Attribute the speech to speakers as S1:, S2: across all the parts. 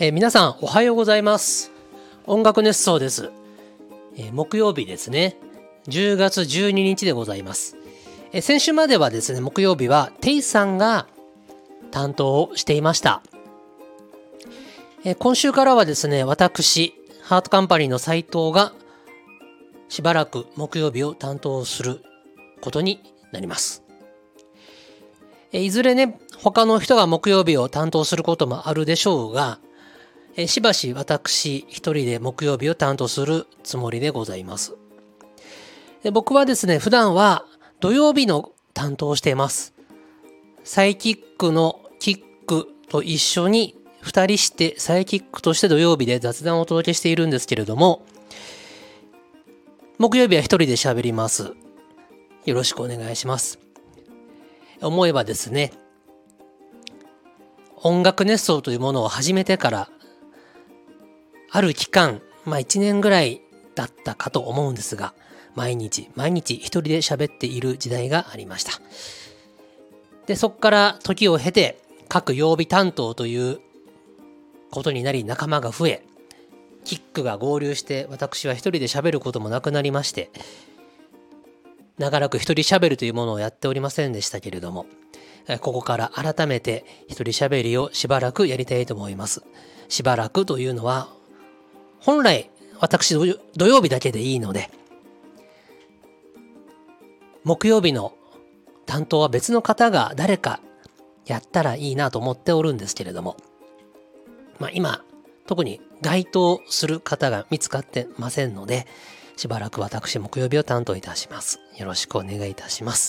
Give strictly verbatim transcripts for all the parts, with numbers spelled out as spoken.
S1: えー、皆さんおはようございます。音楽熱奏です、えー、木曜日ですね。じゅうがつじゅうににちでございます。えー、先週まではですね、木曜日はテイさんが担当をしていました。えー、今週からはですね、私ハートカンパニーの斉藤がしばらく木曜日を担当することになります。えー、いずれね、他の人が木曜日を担当することもあるでしょうが、えしばし私一人で木曜日を担当するつもりでございます。で僕はですね、普段は土曜日の担当をしています。サイキックのキックと一緒にふたりしてサイキックとして土曜日で雑談をお届けしているんですけれども、木曜日は一人で喋ります。よろしくお願いします。思えばですね、音楽熱奏というものを始めてからある期間、まあいちねんぐらいだったかと思うんですが、毎日毎日一人で喋っている時代がありました。で、そこから時を経て各曜日担当ということになり、仲間が増え、キックが合流して私は一人で喋ることもなくなりまして、長らく一人喋るというものをやっておりませんでしたけれども、ここから改めて一人喋りをしばらくやりたいと思います。しばらくというのは本来私土曜日だけでいいので、木曜日の担当は別の方が誰かやったらいいなと思っておるんですけれども、まあ今特に該当する方が見つかってませんので、しばらく私木曜日を担当いたします。よろしくお願いいたします。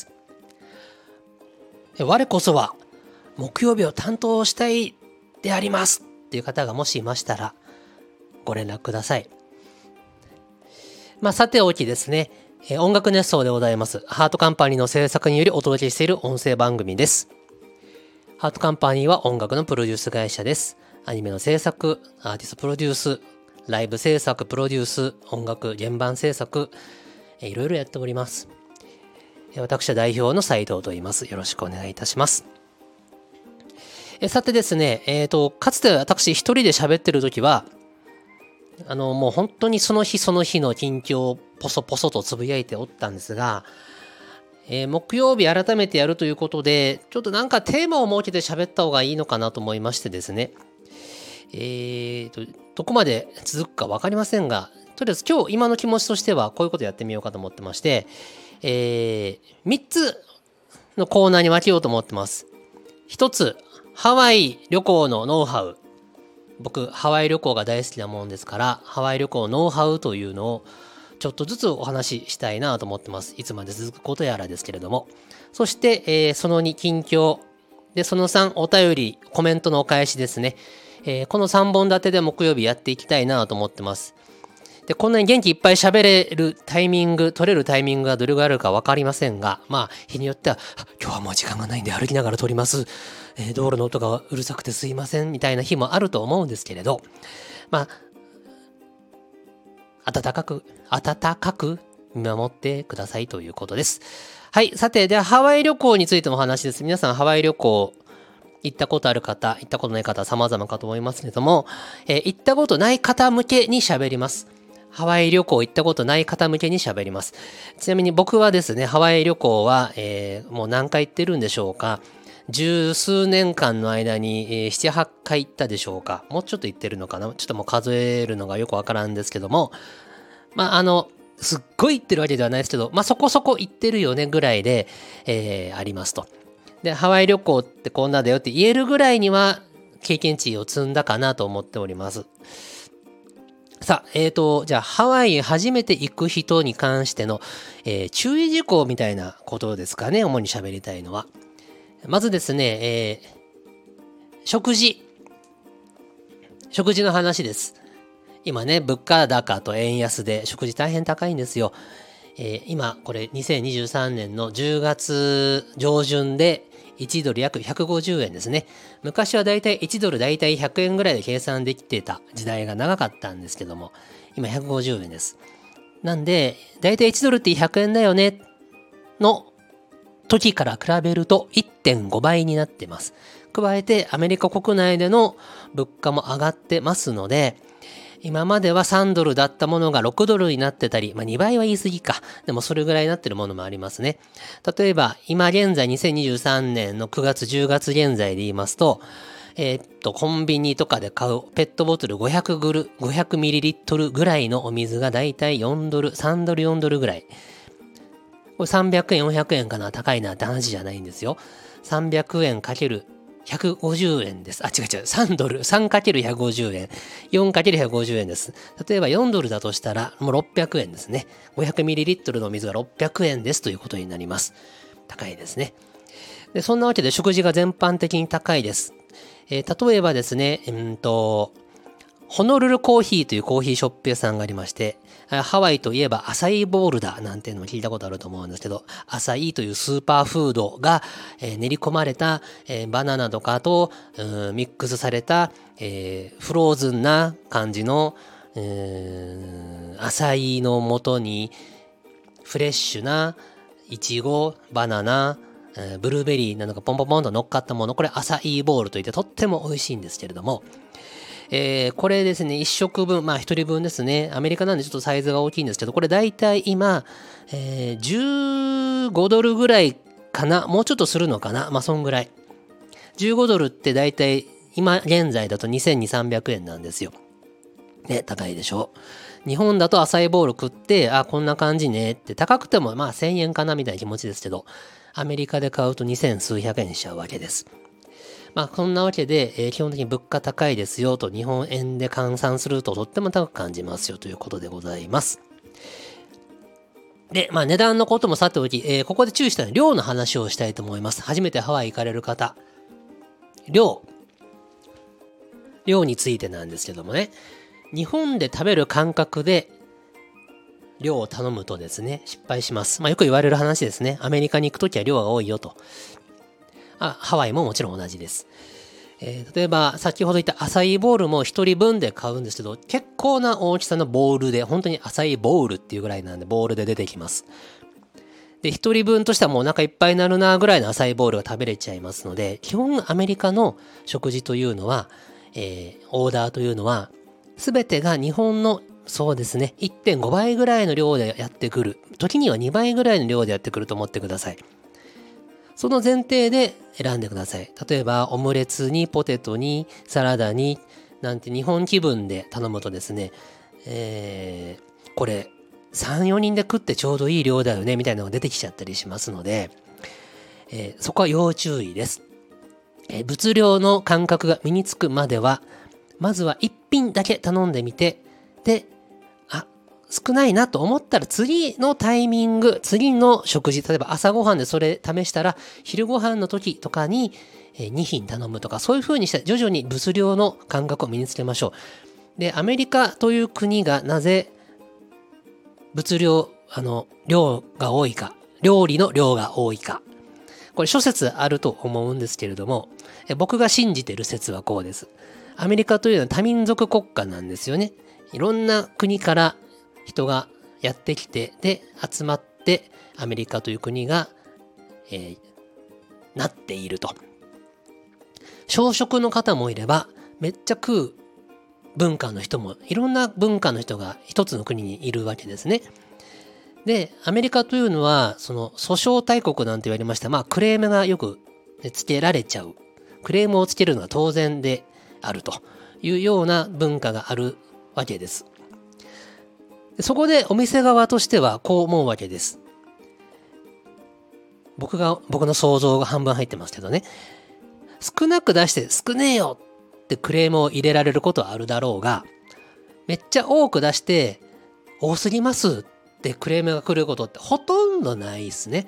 S1: 我こそは木曜日を担当したいでありますっていう方がもしいましたらご連絡ください。まあ、さておきですね、えー、音楽熱奏でございます。ハートカンパニーの制作によりお届けしている音声番組です。ハートカンパニーは音楽のプロデュース会社です。アニメの制作、アーティストプロデュース、ライブ制作、プロデュース、音楽原版制作、えー、いろいろやっております。私は代表の斉藤と言います。よろしくお願いいたします。えさてですね、えーと、かつて私一人で喋ってる時は、あのもう本当にその日その日の近況をポソポソとつぶやいておったんですが、えー、木曜日改めてやるということで、ちょっとなんかテーマを設けて喋った方がいいのかなと思いましてですね、えーと、どこまで続くか分かりませんが、とりあえず今日今の気持ちとしてはこういうことやってみようかと思ってまして、えー、みっつのコーナーに分けようと思ってます。ひとつ、ハワイ旅行のノウハウ。僕ハワイ旅行が大好きなもんですから、ハワイ旅行ノウハウというのをちょっとずつお話ししたいなと思ってます。いつまで続くことやらですけれども。そして、えー、そのに近況で、そのさんお便りコメントのお返しですね、えー、このさんぼん立てで木曜日やっていきたいなと思ってます。で、こんなに元気いっぱい喋れるタイミング、取れるタイミングがどれぐらいあるか分かりませんが、まあ日によっては今日はもう時間がないんで歩きながら撮ります、えー、道路の音がうるさくてすいませんみたいな日もあると思うんですけれど、まあ温かく温かく見守ってくださいということです。はい、さて、ではハワイ旅行についてのお話です。皆さんハワイ旅行行ったことある方、行ったことない方様々かと思いますけれども、えー、行ったことない方向けに喋ります。ハワイ旅行行ったことない方向けに喋ります。ちなみに僕はですね、ハワイ旅行は、えー、もう何回行ってるんでしょうか。十数年間の間に、えー、なな、はちかい行ったでしょうか。もうちょっと行ってるのかな。ちょっともう数えるのがよくわからんですけども、まああの、すっごい行ってるわけではないですけど、まあそこそこ行ってるよねぐらいで、えー、ありますと。で、ハワイ旅行ってこんなだよって言えるぐらいには経験値を積んだかなと思っております。さあ、えーと、じゃあハワイへ初めて行く人に関しての、えー、注意事項みたいなことですかね、主に喋りたいのは。まずですね、えー、食事。食事の話です。今ね、物価高と円安で食事大変高いんですよ。えー、今、これにせんにじゅうさんねんのじゅうがつ上旬でいちドル約ひゃくごじゅうえんですね。昔はだいたいいちドルだいたいひゃくえんぐらいで計算できてた時代が長かったんですけども、今ひゃくごじゅうえんです。なんで、だいたいいちドルってひゃくえんだよねの時から比べると いってんごばいになってます。 加えてアメリカ国内での物価も上がってますので、今まではさんドルだったものがろくドルになってたり、まあにばいは言い過ぎか。でもそれぐらいになってるものもありますね。例えば、今現在にせんにじゅうさんねんのくがつじゅうがつ現在で言いますと、えーっと、コンビニとかで買うペットボトルごひゃくグル、ごひゃくミリリットルぐらいのお水がだいたいよんドル、さんドルよんドルぐらい。これさんびゃくえんよんひゃくえんかな、高いなって話じゃないんですよ。さんびゃくえんかけるひゃくごじゅうえんです。あ、違う違う。さんドル。さんかけるひゃくごじゅうえん。よんかけるひゃくごじゅうえんです。例えばよんドルだとしたら、もうろっぴゃくえんですね。ごひゃくミリリットルの水がろっぴゃくえんですということになります。高いですね。で、そんなわけで食事が全般的に高いです。えー、例えばですね、うんと、ホノルルコーヒーというコーヒーショップ屋さんがありまして、ハワイといえばアサイーボールだなんていうのも聞いたことあると思うんですけど、アサイーというスーパーフードが、えー、練り込まれた、えー、バナナとかとミックスされた、えー、フローズンな感じの、えー、アサイーの元にフレッシュなイチゴ、バナナ、えー、ブルーベリーなどがポンポンポンと乗っかったもの、これアサイーボールといってとっても美味しいんですけれども、えー、これですね、いっしょくぶん、まあひとりぶんですね。アメリカなんでちょっとサイズが大きいんですけど、これだいたい今、えー、じゅうごドルぐらいかな。もうちょっとするのかな。まあそんぐらい。じゅうごドルってだいたい今現在だとにせんにひゃく、さんびゃくえんなんですよ。ね、高いでしょ。日本だとアサイーボール食って、あ、こんな感じねって、高くてもまあせんえんかなみたいな気持ちですけど、アメリカで買うとにせんすうひゃくえんしちゃうわけです。まあ、そんなわけで、えー、基本的に物価高いですよと、日本円で換算するととっても高く感じますよということでございます。で、まあ値段のこともさておき、えー、ここで注意したいのは量の話をしたいと思います。初めてハワイ行かれる方。量。量についてなんですけどもね。日本で食べる感覚で量を頼むとですね、失敗します。まあよく言われる話ですね。アメリカに行くときは量が多いよと。あ、ハワイももちろん同じです。えー、例えば先ほど言ったアサイーボールもひとりぶんで買うんですけど、結構な大きさのボールで、本当にアサイーボールっていうぐらいなんでボールで出てきます。で、ひとりぶんとしてはもうお腹いっぱいになるなぐらいのアサイーボールが食べれちゃいますので、基本アメリカの食事というのは、えー、オーダーというのは全てが日本のそうですね いってんごばいぐらいの量でやってくる、時にはにばいぐらいの量でやってくると思ってください。その前提で選んでください。例えばオムレツにポテトにサラダになんて日本気分で頼むとですね、えー、これさん、よにんで食ってちょうどいい量だよねみたいなのが出てきちゃったりしますので、えー、そこは要注意です。えー、物量の感覚が身につくまではまずは一品だけ頼んでみて、で少ないなと思ったら次のタイミング、次の食事、例えば朝ごはんでそれ試したら昼ごはんの時とかにに品頼むとか、そういう風にして徐々に物量の感覚を身につけましょう。で、アメリカという国がなぜ物量、あの、量が多いか、料理の量が多いか。これ諸説あると思うんですけれども、僕が信じている説はこうです。アメリカというのは多民族国家なんですよね。いろんな国から人がやってきて、で集まってアメリカという国が、えー、なっていると。小食の方もいればめっちゃ食う文化の人も、いろんな文化の人が一つの国にいるわけですね。でアメリカというのはその訴訟大国なんて言われました。まあクレームがよくつけられちゃう、クレームをつけるのは当然であるというような文化があるわけです。そこでお店側としてはこう思うわけです。僕が、僕の想像が半分入ってますけどね。少なく出して少ねえよってクレームを入れられることはあるだろうが、めっちゃ多く出して多すぎますってクレームが来ることってほとんどないですね。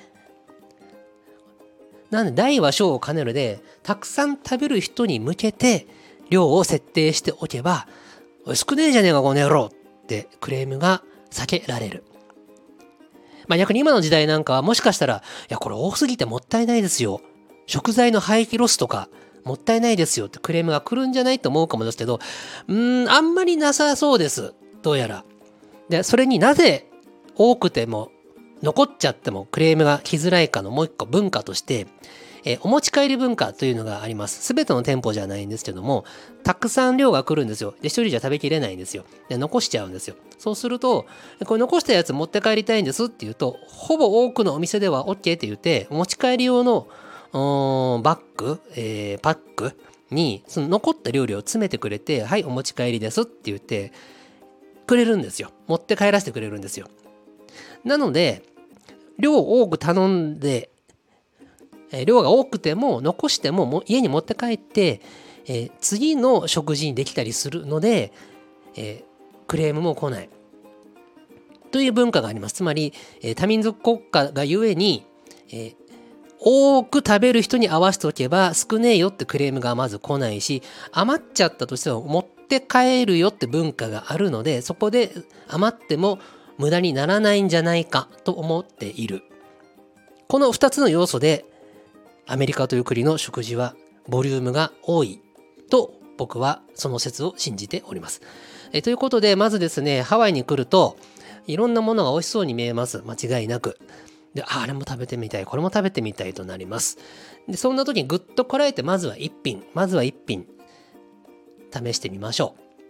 S1: なんで大は小を兼ねるで、たくさん食べる人に向けて量を設定しておけば、おい少ねえじゃねえかこの野郎ってクレームが避けられる。まあ逆に今の時代なんかはもしかしたら、いやこれ多すぎてもったいないですよ、食材の廃棄ロスとかもったいないですよってクレームが来るんじゃないと思うかもですけど、うーんあんまりなさそうです、どうやら。でそれになぜ多くても残っちゃってもクレームが来づらいかのもう一個文化として、 えー、お持ち帰り文化というのがあります。すべての店舗じゃないんですけども、たくさん量が来るんですよ。で、一人じゃ食べきれないんですよ。で、残しちゃうんですよ。そうすると、これ残したやつ持って帰りたいんですって言うと、ほぼ多くのお店では OK って言って、お持ち帰り用のバッグ、えー、パックにその残った料理を詰めてくれて、はい、お持ち帰りですって言ってくれるんですよ。持って帰らせてくれるんですよ。なので、量多く頼んで、えー、量が多くても残しても、も家に持って帰って、えー、次の食事にできたりするので、えー、クレームも来ないという文化があります。つまり、えー、多民族国家がゆえに、えー多く食べる人に合わせておけば少ねえよってクレームがまず来ないし、余っちゃったとしても持って帰るよって文化があるので、そこで余っても無駄にならないんじゃないかと思っている。このふたつの要素でアメリカという国の食事はボリュームが多いと僕はその説を信じております。えということで、まずですね、ハワイに来るといろんなものが美味しそうに見えます。間違いなく。で、あ、あれも食べてみたい、これも食べてみたいとなります。で、そんな時にぐっとこらえて、まずは一品、まずは一品、試してみましょ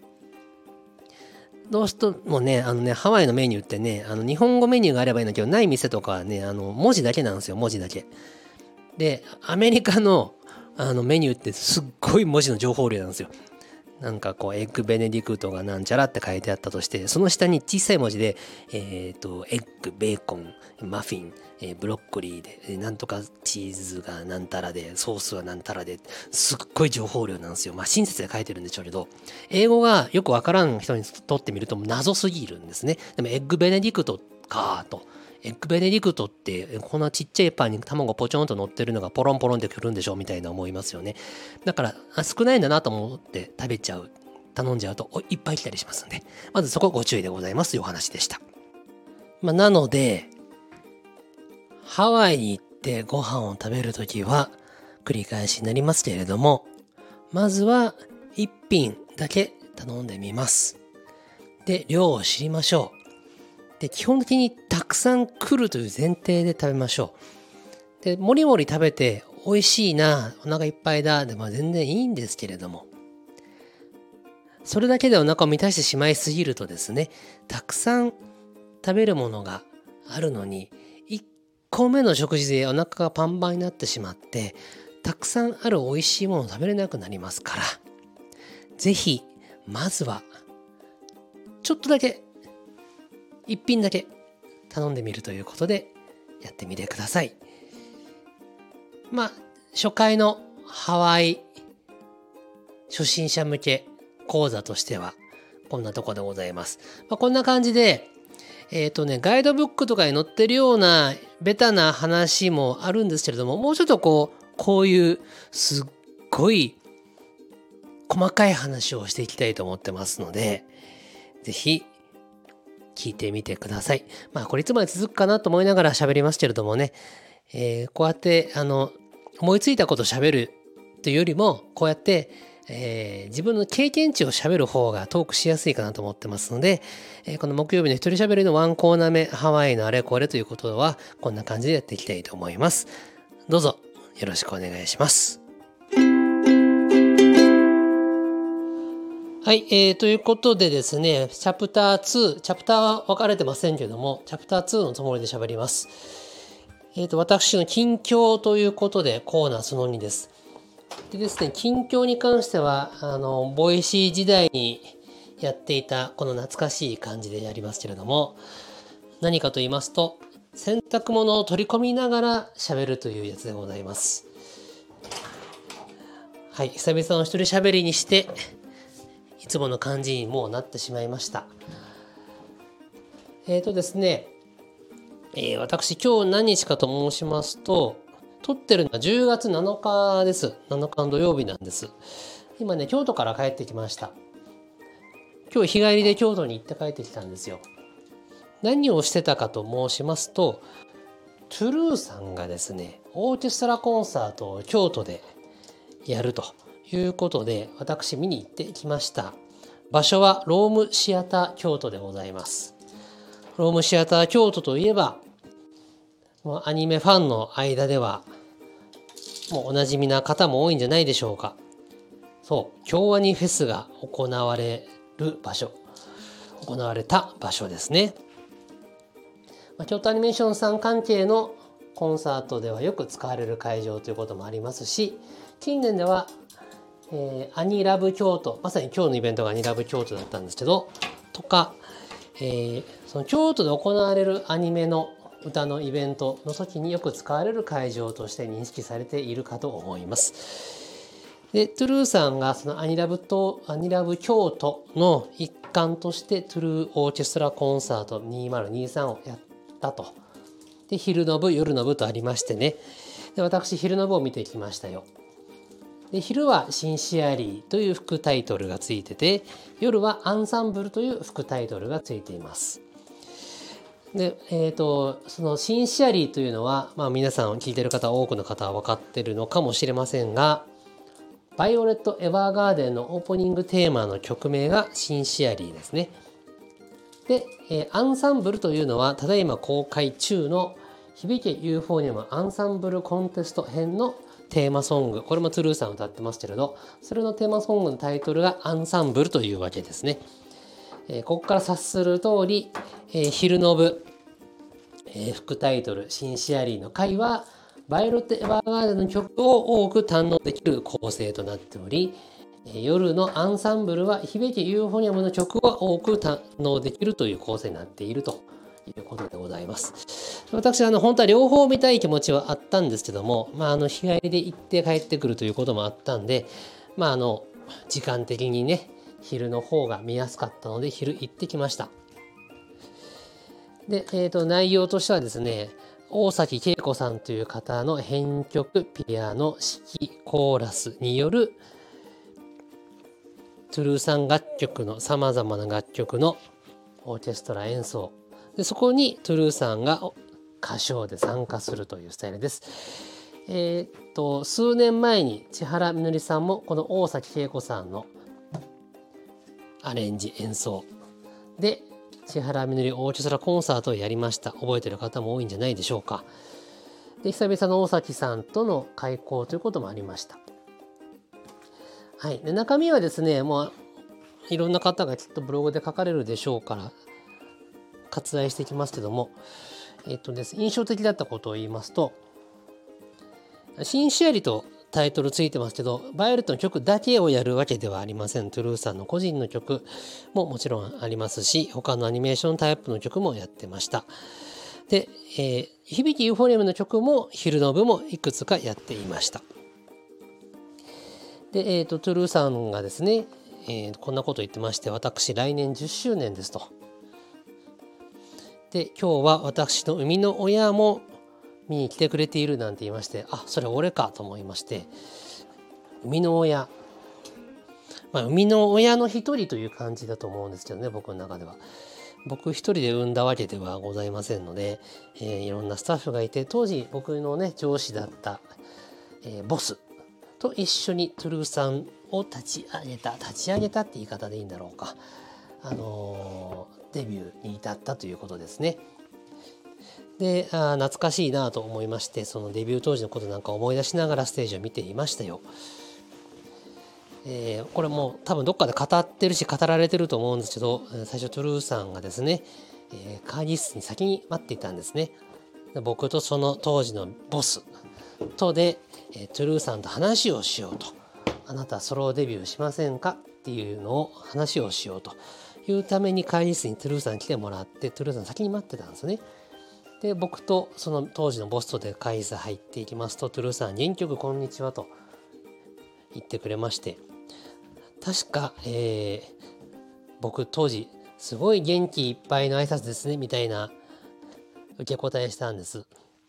S1: う。どうしてもね、あのね、ハワイのメニューってね、あの日本語メニューがあればいいんだけど、ない店とかはね、あの文字だけなんですよ、文字だけ。で、アメリカのあのメニューってすっごい文字の情報量なんですよ。なんかこうエッグベネディクトがなんちゃらって書いてあったとして、その下に小さい文字でえっとエッグ、ベーコン、マフィン、えー、ブロッコリーでなんとかチーズがなんたらでソースはなんたらですっごい情報量なんですよ。まあ親切で書いてるんでしょうけど、英語がよくわからん人にとってみると謎すぎるんですね。でもエッグベネディクトかと。エッグベネディクトってこんなちっちゃいパンに卵ポチョンと乗ってるのがポロンポロンってくるんでしょみたいな思いますよね。だから少ないんだなと思って食べちゃう、頼んじゃうといっぱい来たりしますんで、まずそこご注意でございますというお話でした。まあ、なのでハワイに行ってご飯を食べるときは繰り返しになりますけれども、まずは一品だけ頼んでみます。で、量を知りましょう。で、基本的にたくさん来るという前提で食べましょう。で、もりもり食べて美味しいな、お腹いっぱいだで、まあ全然いいんですけれども、それだけでお腹を満たしてしまいすぎるとですね、たくさん食べるものがあるのにいっこめの食事でお腹がパンパンになってしまって、たくさんある美味しいものを食べれなくなりますから、ぜひまずはちょっとだけ一品だけ頼んでみるということでやってみてください。まあ初回のハワイ初心者向け講座としてはこんなとこでございます。まあ、こんな感じでえっとねガイドブックとかに載ってるようなベタな話もあるんですけれども、もうちょっとこうこういうすっごい細かい話をしていきたいと思ってますので、ぜひ聞いてみてください。まあこれいつまで続くかなと思いながら喋りますけれどもね、えー、こうやってあの思いついたことを喋るというよりも、こうやって、えー、自分の経験値を喋る方がトークしやすいかなと思ってますので、えー、この木曜日の一人喋りのワンコーナー目、ハワイのあれこれということはこんな感じでやっていきたいと思います。どうぞよろしくお願いします。はい、えー、ということでですね、チャプターツー、チャプターは分かれてませんけども、チャプターツーのつもりで喋ります。えーと、私の近況ということでコーナーそのにです。でですね、近況に関しては、あの、ボイシー時代にやっていたこの懐かしい感じでやりますけれども、何かと言いますと、洗濯物を取り込みながら喋るというやつでございます。はい、久々の一人喋りにして、いつもの感じにもうなってしまいました。えーとですね、えー、私今日何日かと申しますと、撮ってるのはじゅうがつなのかです。なのかの土曜日なんです。今ね、京都から帰ってきました。今日日帰りで京都に行って帰ってきたんですよ。何をしてたかと申しますと、トゥルーさんがですね、オーケストラコンサートを京都でやるということで、私見に行ってきました。場所はロームシアター京都でございます。ロームシアター京都といえば、アニメファンの間ではもうおなじみな方も多いんじゃないでしょうか。そう、京アニフェスが行われる場所、行われた場所ですね。まあ、京都アニメーションさん関係のコンサートではよく使われる会場ということもありますし、近年では、えー、アニラブ京都、まさに今日のイベントがアニラブ京都だったんですけど、とか、えー、その京都で行われるアニメの歌のイベントの時によく使われる会場として認識されているかと思います。でトゥルーさんがそのアニラブとアニラブ京都の一環としてトゥルーオーケストラコンサートにせんにじゅうさんをやったと。で昼の部夜の部とありましてね、で私昼の部を見てきましたよ。で昼はシンシアリーという副タイトルがついてて、夜はアンサンブルという副タイトルがついています。で、えーと、そのシンシアリーというのは、まあ、皆さん聞いてる方多くの方は分かってるのかもしれませんが、バイオレット・エヴァーガーデンのオープニングテーマの曲名がシンシアリーですね。で、えー、アンサンブルというのはただいま公開中の響けユーフォニアムアンサンブルコンテスト編のテーマソング、これもトゥルーさん歌ってますけれど、それのテーマソングのタイトルがアンサンブルというわけですね。えー、ここから察する通り、えー、昼の部、えー、副タイトルシンシアリーの回はバイオレット・エヴァーガーデンの曲を多く堪能できる構成となっており、夜のアンサンブルは響けユーフォニアムの曲を多く堪能できるという構成になっているということでございます。私あの本当は両方見たい気持ちはあったんですけども、まあ、あの日帰りで行って帰ってくるということもあったんで、まあ、あの時間的にね昼の方が見やすかったので昼行ってきました。で、えーと、内容としてはですね、大崎恵子さんという方の編曲、ピアノ、指揮、コーラスによるトゥルーさん楽曲のさまざまな楽曲のオーケストラ演奏で、そこにトゥルーさんが歌唱で参加するというスタイルです。えー、っと数年前に千原みのりさんもこの大崎恵子さんのアレンジ演奏で千原みのりオーケストラコンサートをやりました。覚えてる方も多いんじゃないでしょうか。で久々の大崎さんとの開講ということもありました。はい、で中身はですね、もういろんな方がきっとブログで書かれるでしょうから割愛していきますけども、えっとです印象的だったことを言いますと、シンシアリとタイトルついてますけど、バイオレットの曲だけをやるわけではありません。トゥルーさんの個人の曲ももちろんありますし、他のアニメーションタイプの曲もやってました。で、えー、響きユーフォニアムの曲も昼の部もいくつかやっていました。で、えーと、トゥルーさんがですね、えー、こんなこと言ってまして、私来年じゅっしゅうねんですと。で、今日は私の生みの親も見に来てくれているなんて言いまして、あ、それ俺かと思いまして、生みの親、まあ、生みの親の一人という感じだと思うんですけどね、僕の中では。僕一人で産んだわけではございませんので、えー、いろんなスタッフがいて、当時僕のね上司だった、えー、ボスと一緒にトゥルーさんを立ち上げた立ち上げたって言い方でいいんだろうか、あのー、デビューに至ったということですね。で、あ懐かしいなと思いまして、そのデビュー当時のことなんか思い出しながらステージを見ていましたよ。えー、これも多分どっかで語ってるし語られてると思うんですけど、最初トゥルーさんがですね、えー、会議室に先に待っていたんですね。で僕とその当時のボスとで、えー、トゥルーさんと話をしようと、あなたソロデビューしませんかっていうのを話をしようというために会議室にトゥルーさんに来てもらって、トゥルーさん先に待ってたんですね。で僕とその当時のボスとで会議室入っていきますと、トゥルーさん元気よくこんにちはと言ってくれまして、確か、えー、僕当時すごい元気いっぱいの挨拶ですねみたいな受け答えしたんです。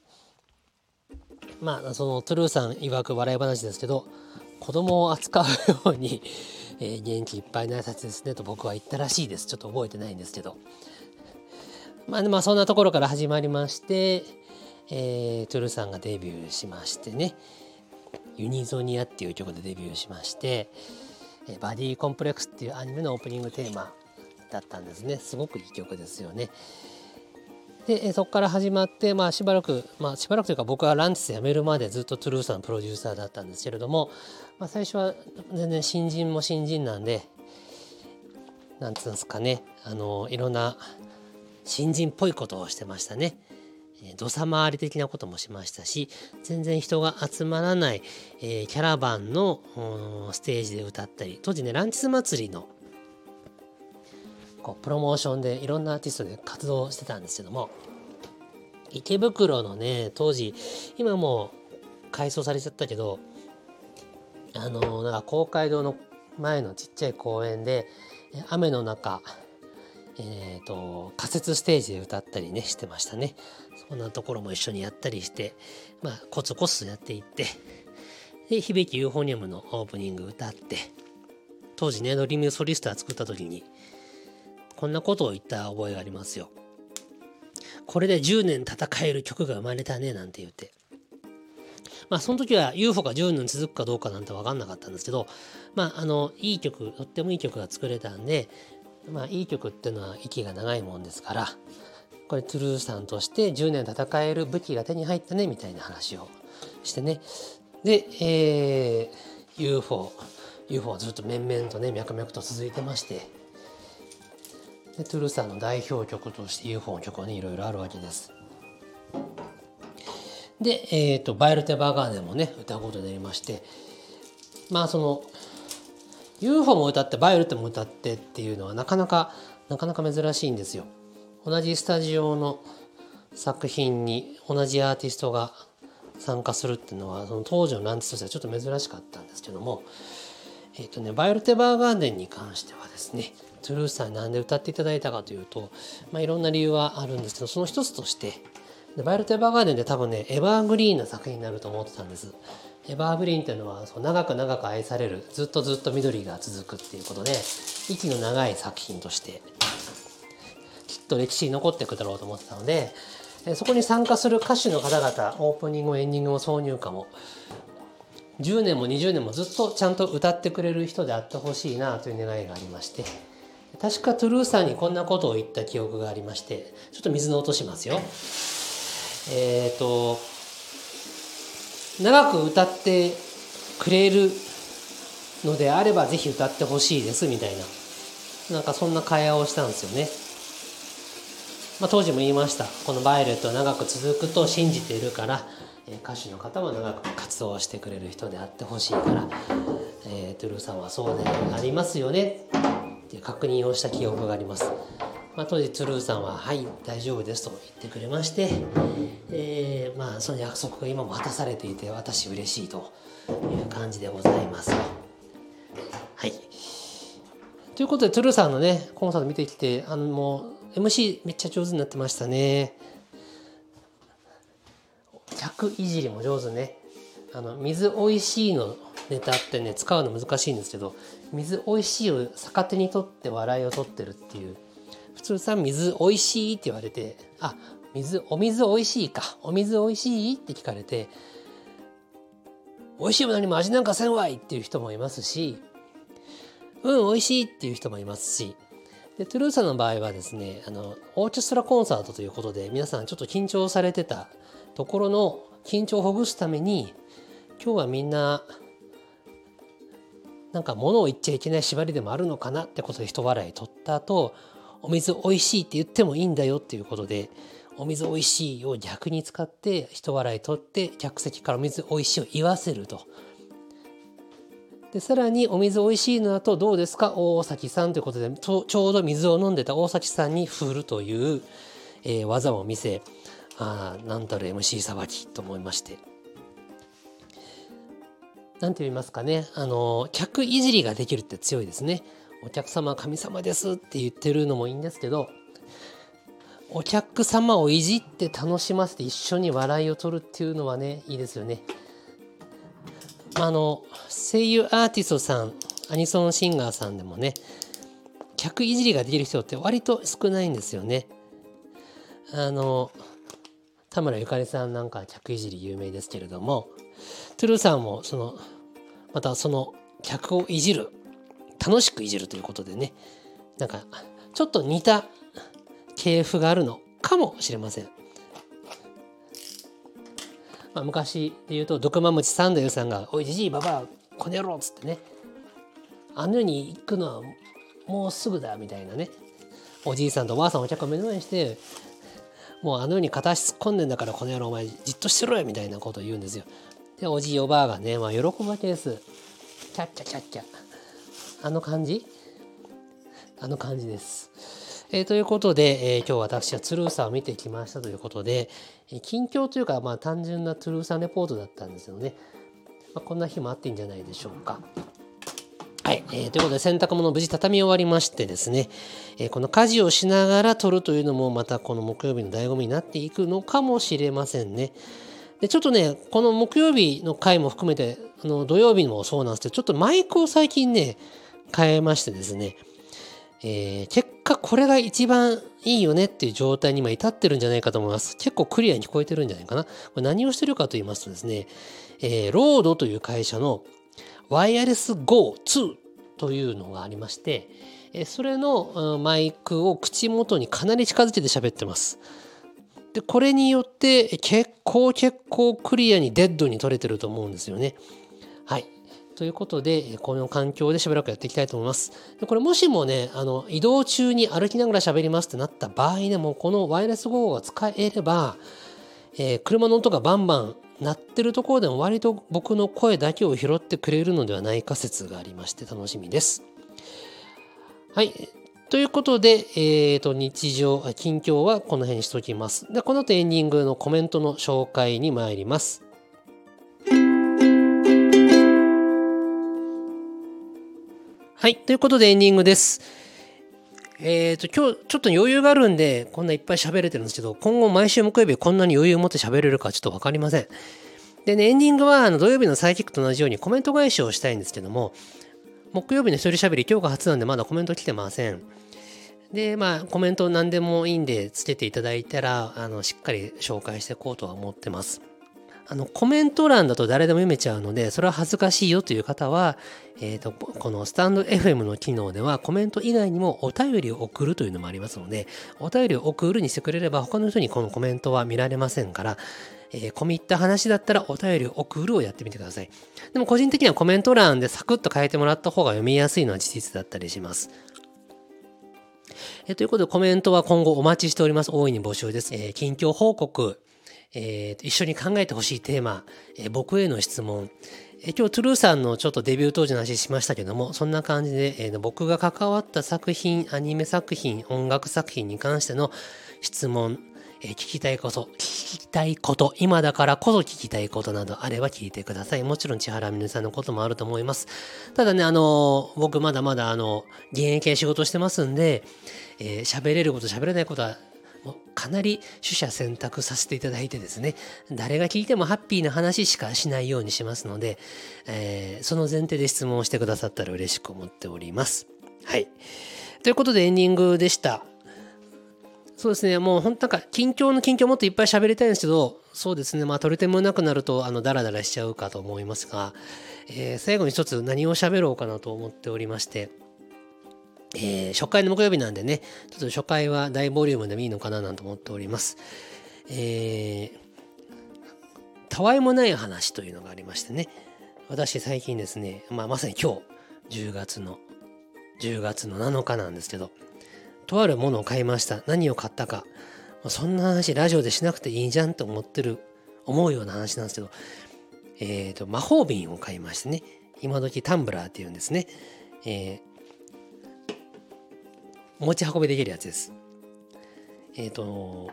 S1: まあそのトゥルーさん曰く笑い話ですけど、子供を扱うように、えー、元気いっぱいの挨拶ですねと僕は言ったらしいです。ちょっと覚えてないんですけど、まあ、まあそんなところから始まりまして、えー、トゥルーさんがデビューしましてね、ユニゾニアっていう曲でデビューしまして、バディコンプレックスっていうアニメのオープニングテーマだったんですね。すごくいい曲ですよね。 でそこから始まって、まあ、しばらく、まあ、しばらくというか僕はランティス辞めるまでずっとトゥルーさんのプロデューサーだったんですけれども、まあ、最初は全然新人も新人なんで、なんつうんですかね、あのいろんな新人っぽいことをしてましたね。土佐回り的なこともしましたし、全然人が集まらない、えー、キャラバンのステージで歌ったり、当時ねランティス祭りのこうプロモーションでいろんなアーティストで活動してたんですけども、池袋のね当時今もう改装されちゃったけど、あのなんか公会堂の前のちっちゃい公園で雨の中、えーと仮設ステージで歌ったりねしてましたね。そんなところも一緒にやったりして、まあ、コツコツやっていって、で響きユーフォニアムのオープニング歌って、当時ねドリームソリスター作った時にこんなことを言った覚えがありますよ。これでじゅうねん戦える曲が生まれたねなんて言って、まあその時は ユーフォ がじゅうねん続くかどうかなんて分かんなかったんですけど、まああのいい曲、とってもいい曲が作れたんで、まあいい曲っていうのは息が長いもんですから、これトゥルーさんとしてじゅうねん戦える武器が手に入ったねみたいな話をしてね、で、えー、ユーフォー ユーフォー はずっと面々とね脈々と続いてまして、でトゥルーさんの代表曲として ユーフォー の曲はねいろいろあるわけです。で、えーと、バイエルテ・バーガーデンもね歌うことになりまして、まあその ユーフォー も歌ってバイエルテも歌ってっていうのはなかなかなかなか珍しいんですよ。同じスタジオの作品に同じアーティストが参加するっていうのはその当時のランティストとしてはちょっと珍しかったんですけども、えーとね、バイエルテ・バーガーデンに関してはですね、トゥルーさんになんで歌っていただいたかというと、まあ、いろんな理由はあるんですけど、その一つとしてでバイエルテ・バーガーデンで多分ねエバーグリーンな作品になると思ってたんです。エバーグリーンっていうのはそう長く長く愛される、ずっとずっと緑が続くっていうことで息の長い作品としてきっと歴史に残っていくだろうと思ってたので、そこに参加する歌手の方々、オープニングもエンディングも挿入歌もじゅうねんもにじゅうねんもずっとちゃんと歌ってくれる人であってほしいなという願いがありまして、確かトゥルーさんにこんなことを言った記憶がありまして、ちょっと水の音しますよ。えっと長く歌ってくれるのであればぜひ歌ってほしいですみたいな、なんかそんな会話をしたんですよね。まあ、当時も言いました。このバイオレットは長く続くと信じているから、歌手の方も長く活動してくれる人であってほしいから、えー、トゥルーさんはそうでありますよねっていう確認をした記憶があります。まあ、当時トゥルーさんははい大丈夫ですと言ってくれまして、えー、まあその約束が今も果たされていて私嬉しいという感じでございます。はい。ということでトゥルーさんのねコンサート見てきて、あのもうエムシー めっちゃ上手になってましたね。客いじりも上手ね。あの水おいしいのネタってね使うの難しいんですけど、水おいしいを逆手に取って笑いを取ってるっていう。普通さ水おいしいって言われて、あ水お水おいしいかお水おいしいって聞かれて、おいしいも何も味なんかせんわいっていう人もいますし、うんおいしいっていう人もいますし、でトゥルーさんの場合はですね、あのオーケストラコンサートということで皆さんちょっと緊張されてたところの緊張をほぐすために、今日はみんななんか物を言っちゃいけない縛りでもあるのかなってことで一笑い取った後、お水おいしいって言ってもいいんだよっていうことで、お水おいしいを逆に使って一笑い取って客席からお水おいしいを言わせると。でさらにお水おいしいの後どうですか大崎さんということで、ちょうど水を飲んでた大崎さんに振るという、えー、技を見せ、あなんたる エムシー さばきと思いまして、なんて言いますかね、あの客いじりができるって強いですね。お客様は神様ですって言ってるのもいいんですけど、お客様をいじって楽しませて一緒に笑いを取るっていうのはねいいですよね。あの声優アーティストさん、アニソンシンガーさんでもね客いじりができる人って割と少ないんですよね。あの田村ゆかりさんなんか客いじり有名ですけれども、トゥルーさんもそのまたその客をいじる、楽しくいじるということでね、なんかちょっと似た系譜があるのかもしれません。まあ、昔で言うと毒まむち三太夫さんが「おいじじいばばあこの野郎」っつってね「あの世に行くのはもうすぐだ」みたいなね、おじいさんとおばあさんお客を目の前にして「もうあの世に片足突っ込んでんだからこの野郎お前じっとしてろよ」みたいなことを言うんですよ。でおじいおばあがね、まあ、喜ぶわけです。キャッキャキャッキャ、あの感じあの感じです。えー、ということで、えー、今日私はトゥルーサを見てきましたということで、えー、近況というか、まあ、単純なトゥルーサレポートだったんですよね。まあ、こんな日もあっていいんじゃないでしょうか。はい、えー、ということで洗濯物を無事畳み終わりましてですね、えー、この家事をしながら撮るというのもまたこの木曜日の醍醐味になっていくのかもしれませんね。でちょっとねこの木曜日の回も含めてあの土曜日もそうなんですけど、ちょっとマイクを最近ね変えましてですね、えー、結果これが一番いいよねっていう状態に今至ってるんじゃないかと思います。結構クリアに聞こえてるんじゃないかな。これ何をしてるかと言いますとですね、えー、ロードという会社のワイヤレス ゴーツー というのがありまして、えー、それのマイクを口元にかなり近づけて喋ってます。でこれによって結構結構クリアにデッドに撮れてると思うんですよね。はい。ということで、この環境でしばらくやっていきたいと思います。でこれもしもね、あの移動中に歩きながら喋りますってなった場合でも、このワイヤレス ゴー が使えれば、えー、車の音がバンバン鳴ってるところでも割と僕の声だけを拾ってくれるのではないか説がありまして楽しみです。はい。ということで、えー、と日常、近況はこの辺にしておきます。で、この後エンディングのコメントの紹介に参ります。はい。ということでエンディングです。えっ、ー、と、今日ちょっと余裕があるんで、こんないっぱい喋れてるんですけど、今後毎週木曜日こんなに余裕を持って喋れるかちょっとわかりません。でね、エンディングはあの土曜日のサイキックと同じようにコメント返しをしたいんですけども、木曜日の一人喋り今日が初なんでまだコメント来てません。で、まあコメント何でもいいんでつけていただいたら、あの、しっかり紹介していこうとは思ってます。あのコメント欄だと誰でも読めちゃうので、それは恥ずかしいよという方は、えーと、このスタンド エフエム の機能ではコメント以外にもお便りを送るというのもありますので、お便りを送るにしてくれれば他の人にこのコメントは見られませんから、えー、込み入った話だったらお便りを送るをやってみてください。でも個人的にはコメント欄でサクッと書いてもらった方が読みやすいのは事実だったりします。えー、ということでコメントは今後お待ちしております。大いに募集です。えー、近況報告、えー、一緒に考えてほしいテーマ、えー、僕への質問、えー、今日トゥルーさんのちょっとデビュー当時の話しましたけども、そんな感じで、えー、僕が関わった作品、アニメ作品、音楽作品に関しての質問、えー、聞きたいこと、聞きたいこと、今だからこそ聞きたいことなどあれば聞いてください。もちろん千原みのりさんのこともあると思います。ただね、あのー、僕まだまだあの現役で仕事してますんで、えー、喋れること喋れないことはもうかなり取捨選択させていただいてですね、誰が聞いてもハッピーな話しかしないようにしますので、えー、その前提で質問をしてくださったら嬉しく思っております。はい。ということでエンディングでした。そうですね、もう本当なんか近況の近況もっといっぱい喋りたいんですけど、そうですね、まあ取れてもなくなるとあのダラダラしちゃうかと思いますが、えー、最後に一つ何を喋ろうかなと思っておりまして、えー、初回の木曜日なんでね、ちょっと初回は大ボリュームでもいいのかななんて思っております。えー、たわいもない話というのがありましてね、私最近ですね、まあ、まさに今日じゅうがつのじゅうがつのなのかなんですけど、とあるものを買いました。何を買ったか、そんな話ラジオでしなくていいじゃんと思ってる思うような話なんですけど、えーと魔法瓶を買いましてね、今時タンブラーっていうんですね、えー、持ち運びできるやつです。えっ、ー、と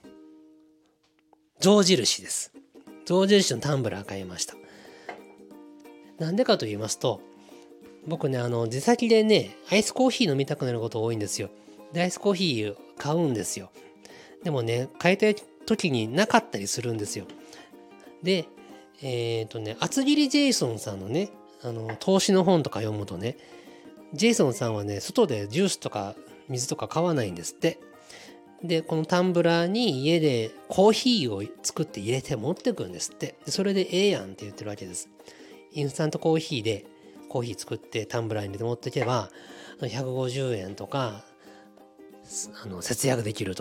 S1: 象印です。象印のタンブラー買いました。なんでかと言いますと、僕ねあの出先でねアイスコーヒー飲みたくなること多いんですよ。でアイスコーヒー買うんですよ。でもね買いたい時になかったりするんですよ。でえっ、ー、とね厚切りジェイソンさんのねあの投資の本とか読むとね、ジェイソンさんはね外でジュースとか水とか買わないんですって。でこのタンブラーに家でコーヒーを作って入れて持ってくんですって。でそれでええやんって言ってるわけです。インスタントコーヒーでコーヒー作ってタンブラーに入れて持っていけばひゃくごじゅうえんとかあの節約できると。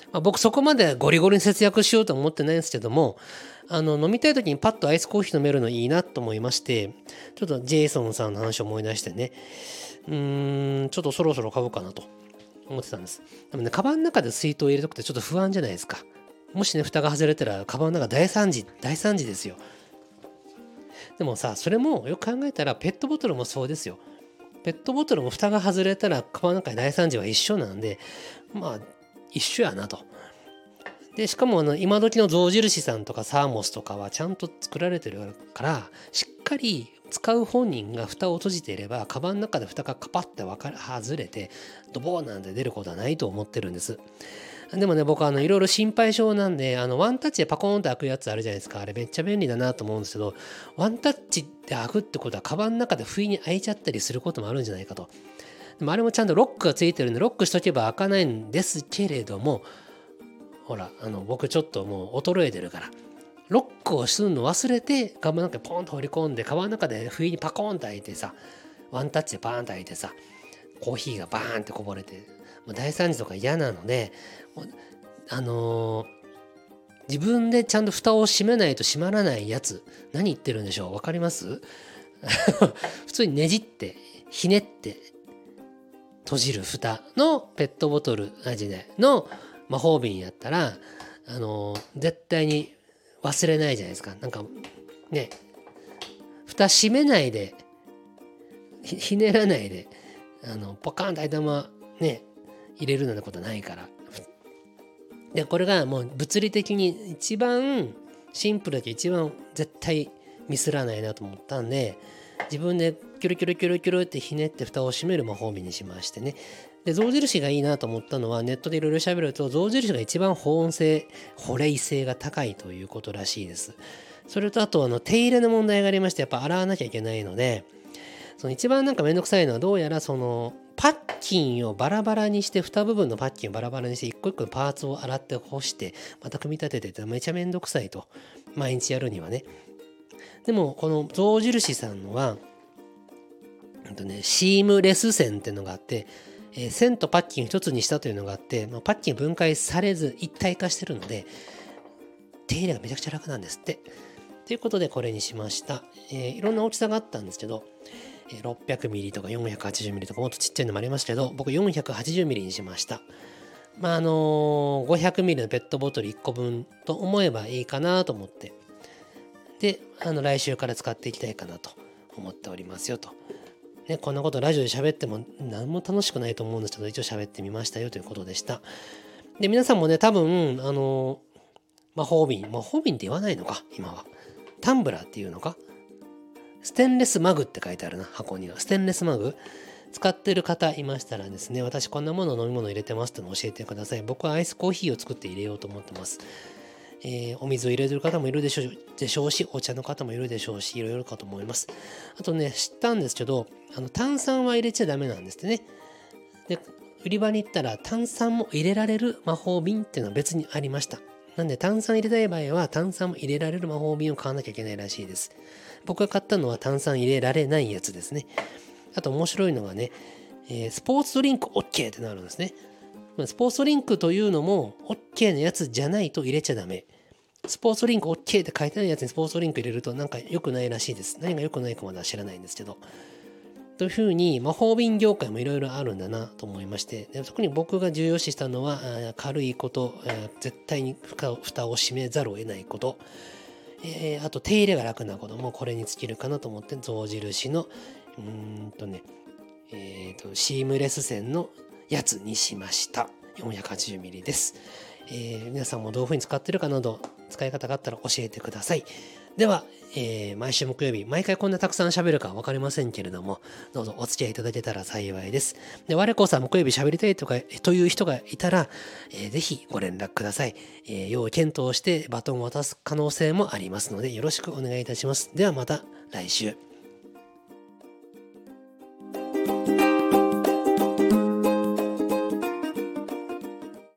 S1: まあ、僕そこまでゴリゴリに節約しようと思ってないんですけども、あの飲みたい時にパッとアイスコーヒー飲めるのいいなと思いまして、ちょっとジェイソンさんの話を思い出してね、うーんちょっとそろそろ買おうかなと思ってたんです。でもね、カバンの中で水筒を入れとくってちょっと不安じゃないですか。もしね蓋が外れたらカバンの中大惨事大惨事ですよ。でもさ、それもよく考えたらペットボトルもそうですよ。ペットボトルも蓋が外れたらカバンの中で大惨事は一緒なんで、まあ一緒やなと。でしかもあの今時の象印さんとかサーモスとかはちゃんと作られてるからしっかり使う本人が蓋を閉じていればカバンの中で蓋がカパッて分か外れてドボーなんて出ることはないと思ってるんです。でもね僕あのいろいろ心配性なんであのワンタッチでパコーンと開くやつあるじゃないですか。あれめっちゃ便利だなと思うんですけど、ワンタッチで開くってことはカバンの中で不意に開いちゃったりすることもあるんじゃないかと。でもあれもちゃんとロックがついてるんでロックしとけば開かないんですけれども、ほらあの僕ちょっともう衰えてるからロックをするの忘れてカバンの中にポンと放り込んでカバンの中で不意にパコーンと開いてさ、ワンタッチでバーンと開いてさ、コーヒーがバーンってこぼれてもう大惨事とか嫌なので、あのー、自分でちゃんと蓋を閉めないと閉まらないやつ、何言ってるんでしょう、わかります普通にねじってひねって閉じる蓋のペットボトル味での魔法瓶やったら、あのー、絶対に忘れないじゃないですか。なんかね、蓋閉めないで ひ, ひねらないであのポカンと開いたままね入れるなんてことないから。でこれがもう物理的に一番シンプルだけ一番絶対ミスらないなと思ったんで、自分でキュルキュルキュルキュルってひねって蓋を閉める魔法瓶にしましてね。で象印がいいなと思ったのは、ネットでいろいろ調べると象印が一番保温性保冷性が高いということらしいです。それとあとあの手入れの問題がありまして、やっぱ洗わなきゃいけないので、その一番なんかめんどくさいのはどうやらそのパッキンをバラバラにして、蓋部分のパッキンをバラバラにして一個一個のパーツを洗って干してまた組み立ててってめちゃめんどくさいと、毎日やるにはね。でもこの象印さんのはね、シームレス線っていうのがあって、えー、線とパッキン一つにしたというのがあって、まあ、パッキン分解されず一体化してるので手入れがめちゃくちゃ楽なんですって。ということでこれにしました。えー、いろんな大きさがあったんですけど、ろっぴゃくミリとかよんひゃくはちじゅうミリとかもっとちっちゃいのもありますけど、僕よんひゃくはちじゅうミリにしました。まああのー、ごひゃくミリのペットボトルいっこぶんと思えばいいかなと思って、であの来週から使っていきたいかなと思っておりますよと。ね、こんなことラジオで喋っても何も楽しくないと思うんですけど、一応喋ってみましたよということでした。で皆さんもね多分あの魔法瓶魔法瓶って言わないのか今は、タンブラーっていうのか、ステンレスマグって書いてあるな、箱にはステンレスマグ使ってる方いましたらですね、私こんなもの飲み物入れてますってのを教えてください。僕はアイスコーヒーを作って入れようと思ってます。えー、お水を入れてる方もいるでしょうでしょうし、お茶の方もいるでしょうし、いろいろかと思います。あとね知ったんですけど、あの炭酸は入れちゃダメなんですってね。で売り場に行ったら炭酸も入れられる魔法瓶っていうのは別にありました。なんで炭酸入れたい場合は炭酸も入れられる魔法瓶を買わなきゃいけないらしいです。僕が買ったのは炭酸入れられないやつですね。あと面白いのがね、えー、スポーツドリンク OK ってなるんですね。スポーツドリンクというのも OK のやつじゃないと入れちゃダメ。スポーツドリンク OK って書いてないやつにスポーツドリンク入れるとなんか良くないらしいです。何が良くないかまだ知らないんですけど。というふうに魔法瓶業界もいろいろあるんだなと思いまして、特に僕が重要視したのは軽いこと、絶対に蓋を閉めざるを得ないこと、えー、あと手入れが楽なこともこれに尽きるかなと思って象印のうーんとね、えーとシームレス線のやつにしました。よんひゃくはちじゅうミリ です。えー、皆さんもどういう風に使ってるかなど使い方があったら教えてください。では、えー、毎週木曜日毎回こんなたくさん喋るか分かりませんけれども、どうぞお付き合いいただけたら幸いです。で我こそ木曜日喋りたいとかという人がいたら、えー、ぜひご連絡ください。えー、要検討してバトンを渡す可能性もありますのでよろしくお願いいたします。ではまた来週。